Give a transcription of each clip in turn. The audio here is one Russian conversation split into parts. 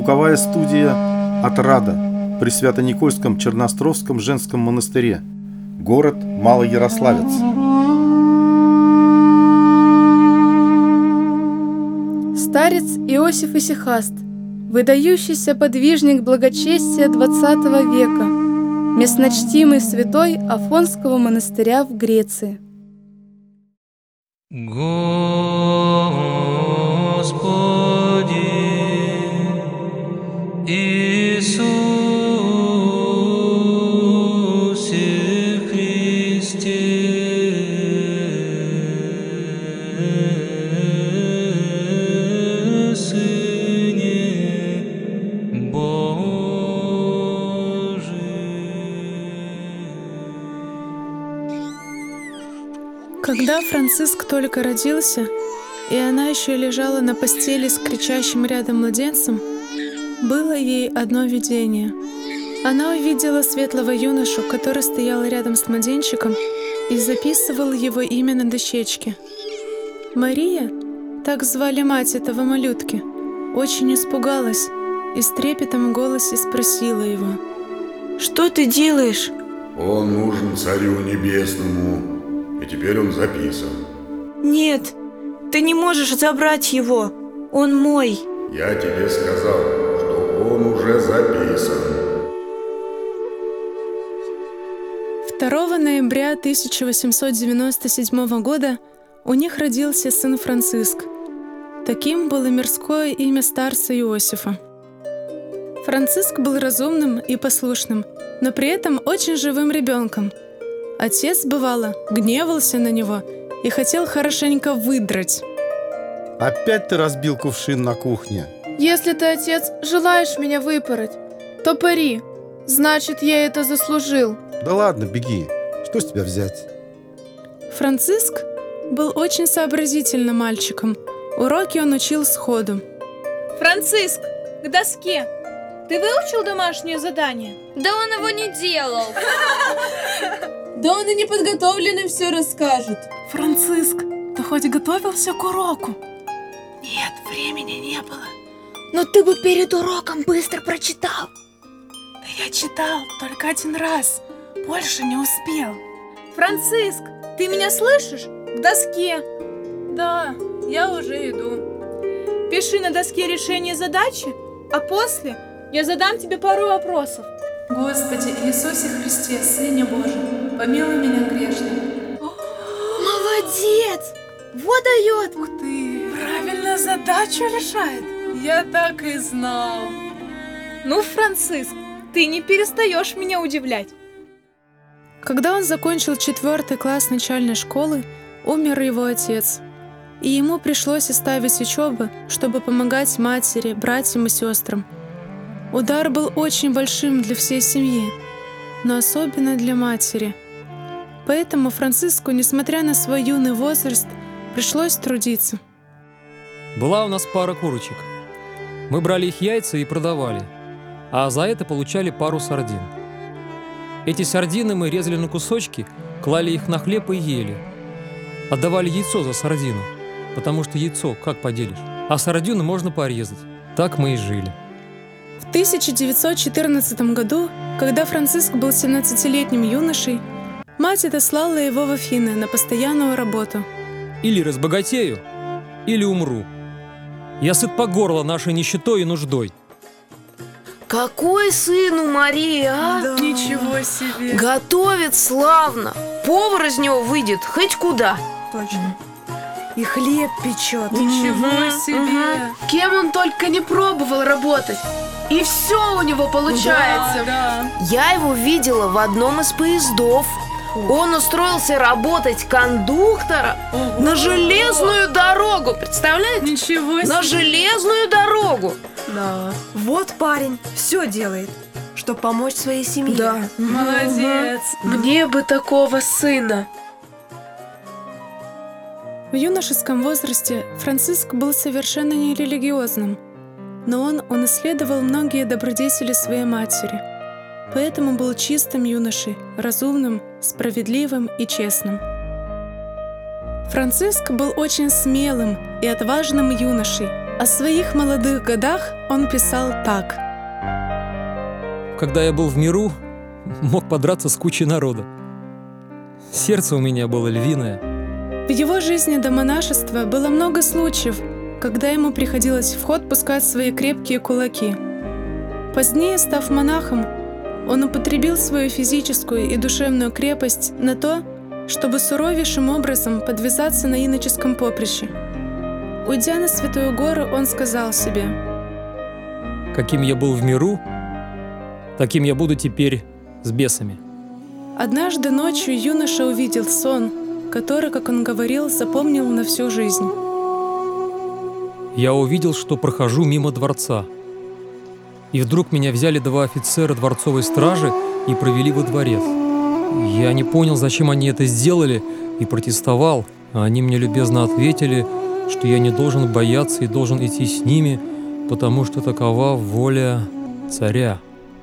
Звуковая студия «Отрада» при Свято-Никольском Черноостровском женском монастыре. Город Малоярославец. Старец Иосиф Исихаст, выдающийся подвижник благочестия XX века, местночтимый святой Афонского монастыря в Греции. Господи Иисусе Христе, Сыне Божий. Когда Франциск только родился, и она еще лежала на постели с кричащим рядом младенцем, было ей одно видение. Она увидела светлого юношу, который стоял рядом с младенчиком и записывал его имя на дощечке. Мария, так звали мать этого малютки, очень испугалась и с трепетом в голосе спросила его: «Что ты делаешь?» Он нужен Царю Небесному, и теперь он записан. Нет, ты не можешь забрать его. Он мой. Я тебе сказал, что он уже записан. 2 ноября 1897 года у них родился сын Франциск. Таким было мирское имя старца Иосифа. Франциск был разумным и послушным, но при этом очень живым ребенком. Отец, бывало, гневался на него и хотел хорошенько выдрать. Опять ты разбил кувшин на кухне. Если ты, отец, желаешь меня выпороть, то пари, значит, я это заслужил. Да ладно, беги. Что с тебя взять? Франциск был очень сообразительным мальчиком. Уроки он учил сходу. Франциск, к доске. Ты выучил домашнее задание? Да он его не делал. Да он и неподготовленный все расскажет. Франциск, ты хоть готовился к уроку? Нет, времени не было. Но ты бы перед уроком быстро прочитал. Да я читал только один раз. Больше не успел. Франциск, ты меня слышишь? К доске. Да, я уже иду. Пиши на доске решение задачи, а после я задам тебе пару вопросов. Господи Иисусе Христе, Сыне Божий, помилуй меня грешным. Молодец! Вот дает! Ух ты, правильно задачу решает. Я так и знал. Ну, Франциск, ты не перестаешь меня удивлять. Когда он закончил 4 класс начальной школы, умер его отец. И ему пришлось оставить учебу, чтобы помогать матери, братьям и сестрам. Удар был очень большим для всей семьи, но особенно для матери. Поэтому Франциску, несмотря на свой юный возраст, пришлось трудиться. Была у нас пара курочек. Мы брали их яйца и продавали, а за это получали пару сардин. Эти сардины мы резали на кусочки, клали их на хлеб и ели. Отдавали яйцо за сардину, потому что яйцо как поделишь, а сардину можно порезать. Так мы и жили. В 1914 году, когда Франциск был 17-летним юношей, мать отослала его в Афины на постоянную работу. Или разбогатею, или умру. Я сыт по горло нашей нищетой и нуждой. Какой сын у Марии, а? Да. Ничего себе! Готовит славно. Повар из него выйдет хоть куда. Точно. И хлеб печет. Ничего себе! Кем он только не пробовал работать, и все у него получается. Да. Я его видела в одном из поездов. Он устроился работать кондуктором на железную дорогу. Представляете? Ничего себе! На железную дорогу. Да. Вот парень все делает, чтобы помочь своей семье. Да. Молодец! Мне бы такого сына. В юношеском возрасте Франциск был совершенно нерелигиозным, но он унаследовал многие добродетели своей матери, поэтому был чистым юношей, разумным, справедливым и честным. Франциск был очень смелым и отважным юношей, О своих молодых годах он писал так. Когда я был в миру, мог подраться с кучей народа. Сердце у меня было львиное. В его жизни до монашества было много случаев, когда ему приходилось в ход пускать свои крепкие кулаки. Позднее, став монахом, он употребил свою физическую и душевную крепость на то, чтобы суровейшим образом подвязаться на иноческом поприще. Уйдя на Святую Гору, он сказал себе: «Каким я был в миру, таким я буду теперь с бесами». Однажды ночью юноша увидел сон, который, как он говорил, запомнил на всю жизнь. Я увидел, что прохожу мимо дворца. И вдруг меня взяли 2 офицера дворцовой стражи и провели во дворец. Я не понял, зачем они это сделали, и протестовал, а они мне любезно ответили, что я не должен бояться и должен идти с ними, потому что такова воля царя.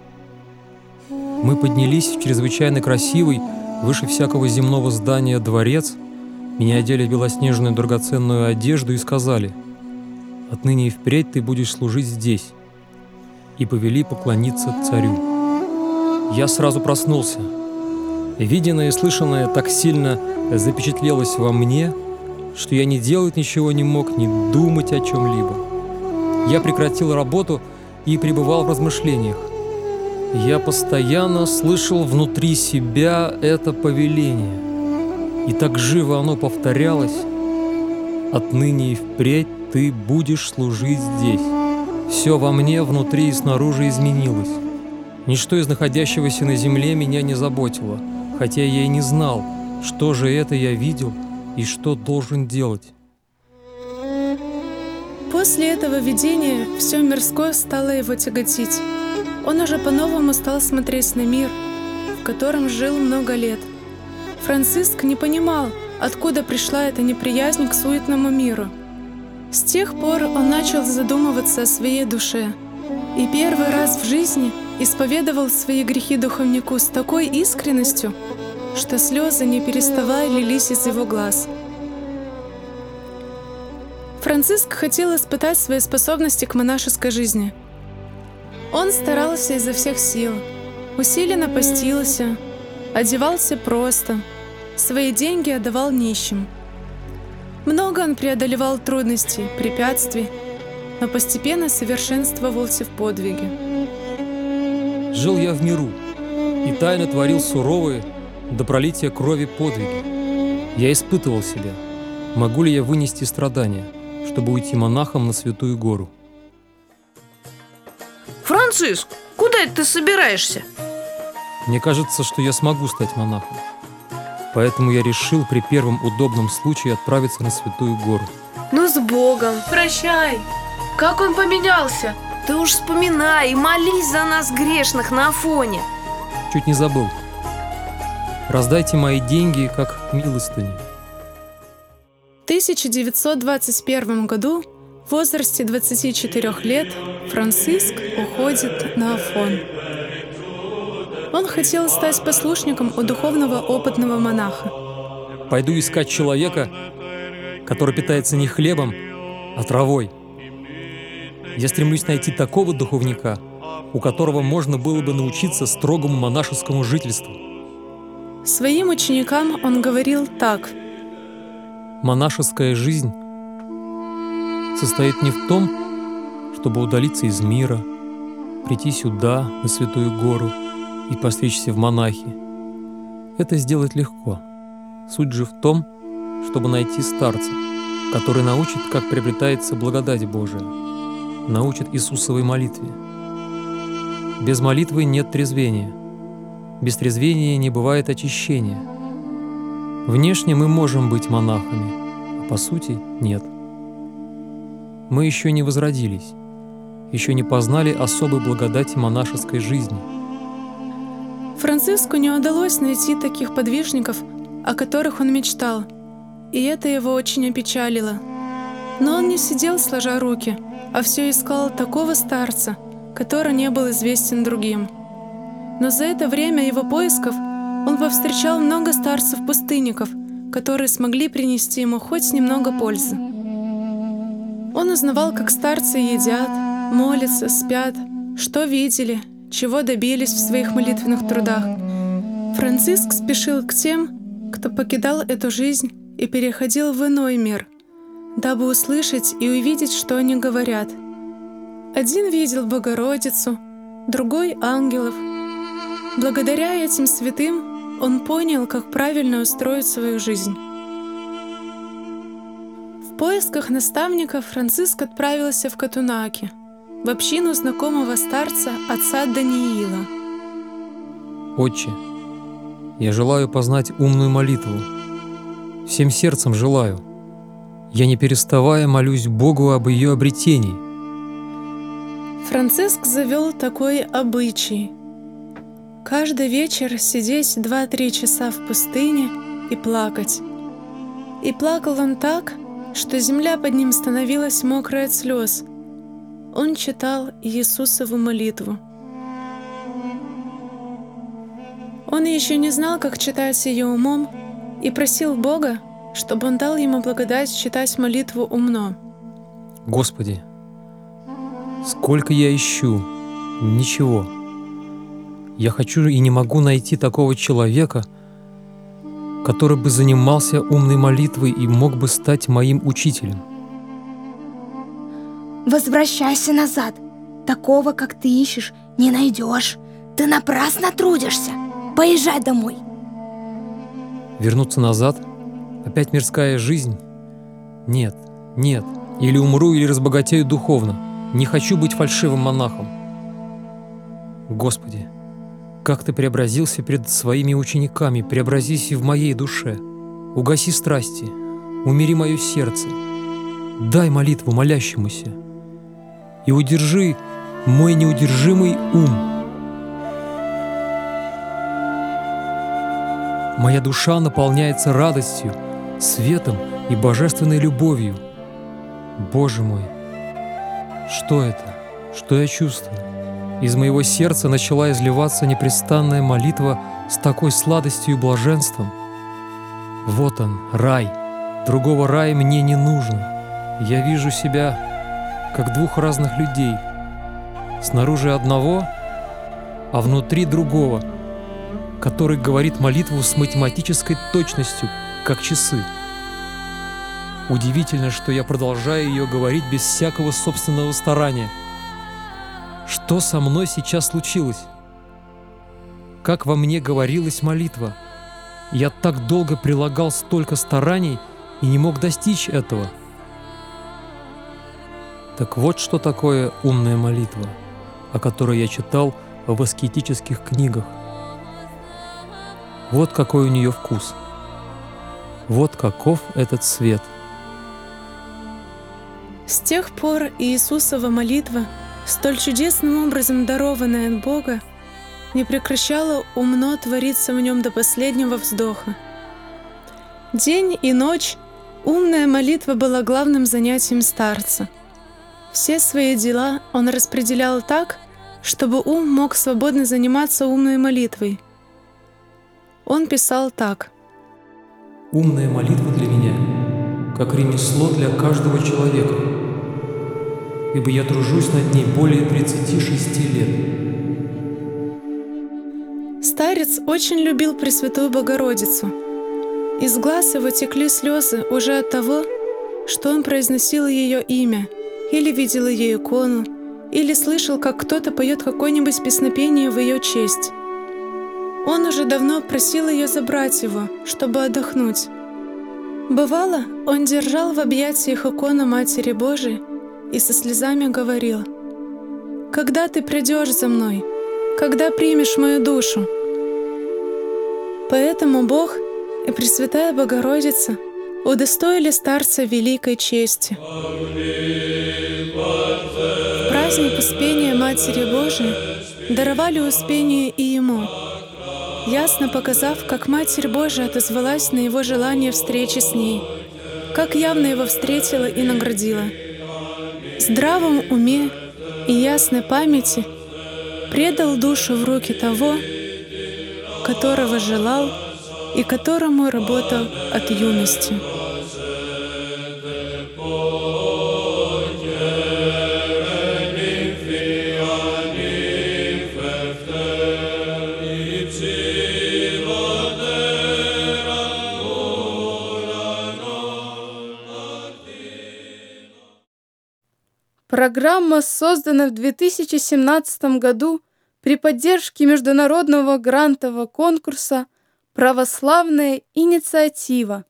Мы поднялись в чрезвычайно красивый, выше всякого земного здания дворец, меня одели в белоснежную драгоценную одежду и сказали: «Отныне и впредь ты будешь служить здесь», и повели поклониться царю. Я сразу проснулся. Виденное и слышанное так сильно запечатлелось во мне, что я ни делать ничего не мог, ни думать о чем-либо. Я прекратил работу и пребывал в размышлениях. Я постоянно слышал внутри себя это повеление, и так живо оно повторялось: «Отныне и впредь ты будешь служить здесь». Все во мне внутри и снаружи изменилось. Ничто из находящегося на земле меня не заботило, хотя я и не знал, что же это я видел и что должен делать. После этого видения все мирское стало его тяготить. Он уже по-новому стал смотреть на мир, в котором жил много лет. Франциск не понимал, откуда пришла эта неприязнь к суетному миру. С тех пор он начал задумываться о своей душе и первый раз в жизни исповедовал свои грехи духовнику с такой искренностью, что слезы не переставая лились из его глаз. Франциск хотел испытать свои способности к монашеской жизни. Он старался изо всех сил, усиленно постился, одевался просто, свои деньги отдавал нищим. Много он преодолевал трудностей, препятствий, но постепенно совершенствовался в подвиге. Жил я в миру и тайно творил суровые до пролития крови подвиги. Я испытывал себя, могу ли я вынести страдания, чтобы уйти монахом на Святую Гору. Франциск, куда это ты собираешься? Мне кажется, что я смогу стать монахом. Поэтому я решил при первом удобном случае отправиться на Святую Гору. Ну, с Богом. Прощай. Как он поменялся? Ты уж вспоминай и молись за нас, грешных, на Афоне. Чуть не забыл. Раздайте мои деньги как милостыню. В 1921 году, в возрасте 24 лет, Франциск уходит на Афон. Он хотел стать послушником у духовного опытного монаха. Пойду искать человека, который питается не хлебом, а травой. Я стремлюсь найти такого духовника, у которого можно было бы научиться строгому монашескому жительству. Своим ученикам он говорил так: монашеская жизнь состоит не в том, чтобы удалиться из мира, прийти сюда, на Святую Гору, и постричься в монахи. Это сделать легко. Суть же в том, чтобы найти старца, который научит, как приобретается благодать Божия, научит Иисусовой молитве. Без молитвы нет трезвения. Без трезвения не бывает очищения. Внешне мы можем быть монахами, а по сути нет. Мы еще не возродились, еще не познали особой благодати монашеской жизни. Франциску не удалось найти таких подвижников, о которых он мечтал, и это его очень опечалило. Но он не сидел сложа руки, а все искал такого старца, который не был известен другим. Но за это время его поисков он повстречал много старцев-пустынников, которые смогли принести ему хоть немного пользы. Он Он узнавал, как старцы едят, молятся, спят, что видели, чего добились в своих молитвенных трудах. Франциск спешил к тем, кто покидал эту жизнь и переходил в иной мир, дабы услышать и увидеть, что они говорят. Один видел Богородицу, другой — ангелов. Благодаря этим святым он понял, как правильно устроить свою жизнь. В поисках наставника Франциск отправился в Катунаки, в общину знакомого старца отца Даниила. Отче, я желаю познать умную молитву. Всем сердцем желаю. Я не переставая молюсь Богу об ее обретении. Франциск завел такой обычай. Каждый вечер сидеть 2-3 часа в пустыне и плакать. И плакал он так, что земля под ним становилась мокрой от слез. Он читал Иисусову молитву. Он еще не знал, как читать ее умом, и просил Бога, чтобы Он дал ему благодать читать молитву умно. Господи, сколько я ищу, ничего. Я хочу и не могу найти такого человека, который бы занимался умной молитвой и мог бы стать моим учителем. Возвращайся назад. Такого, как ты ищешь, не найдешь. Ты напрасно трудишься. Поезжай домой. Вернуться назад? Опять мирская жизнь? Нет, нет. Или умру, или разбогатею духовно. Не хочу быть фальшивым монахом. Господи, как Ты преобразился перед своими учениками, преобразись и в моей душе. Угаси страсти, умири мое сердце. Дай молитву молящемуся и удержи мой неудержимый ум. Моя душа наполняется радостью, светом и божественной любовью. Боже мой, что это? Что я чувствую? Из моего сердца начала изливаться непрестанная молитва с такой сладостью и блаженством. Вот он, рай. Другого рая мне не нужно. Я вижу себя как двух разных людей. Снаружи одного, а внутри другого, который говорит молитву с математической точностью, как часы. Удивительно, что я продолжаю ее говорить без всякого собственного старания. Что со мной сейчас случилось? Как во мне говорилась молитва? Я так долго прилагал столько стараний и не мог достичь этого. Так вот что такое умная молитва, о которой я читал в аскетических книгах. Вот какой у нее вкус. Вот каков этот свет. С тех пор Иисусова молитва, столь чудесным образом дарованная от Бога, не прекращала умно твориться в нем до последнего вздоха. День и ночь умная молитва была главным занятием старца. Все свои дела он распределял так, чтобы ум мог свободно заниматься умной молитвой. Он писал так: «Умная молитва для меня, как ремесло для каждого человека, ибо я тружусь над ней более 36 лет». Старец очень любил Пресвятую Богородицу. Из глаз его текли слезы уже от того, что он произносил ее имя, или видел ее икону, или слышал, как кто-то поет какое-нибудь песнопение в ее честь. Он уже давно просил ее забрать его, чтобы отдохнуть. Бывало, он держал в объятиях икону Матери Божией и со слезами говорил: «Когда ты придешь за мной? Когда примешь мою душу?» Поэтому Бог и Пресвятая Богородица удостоили старца великой чести. В праздник Успения Матери Божией даровали Успение и ему, ясно показав, как Матерь Божия отозвалась на его желание встречи с ней, как явно его встретила и наградила. В здравом уме и ясной памяти предал душу в руки того, которого желал и которому работал от юности. Программа создана в 2017 году при поддержке международного грантового конкурса «Православная инициатива».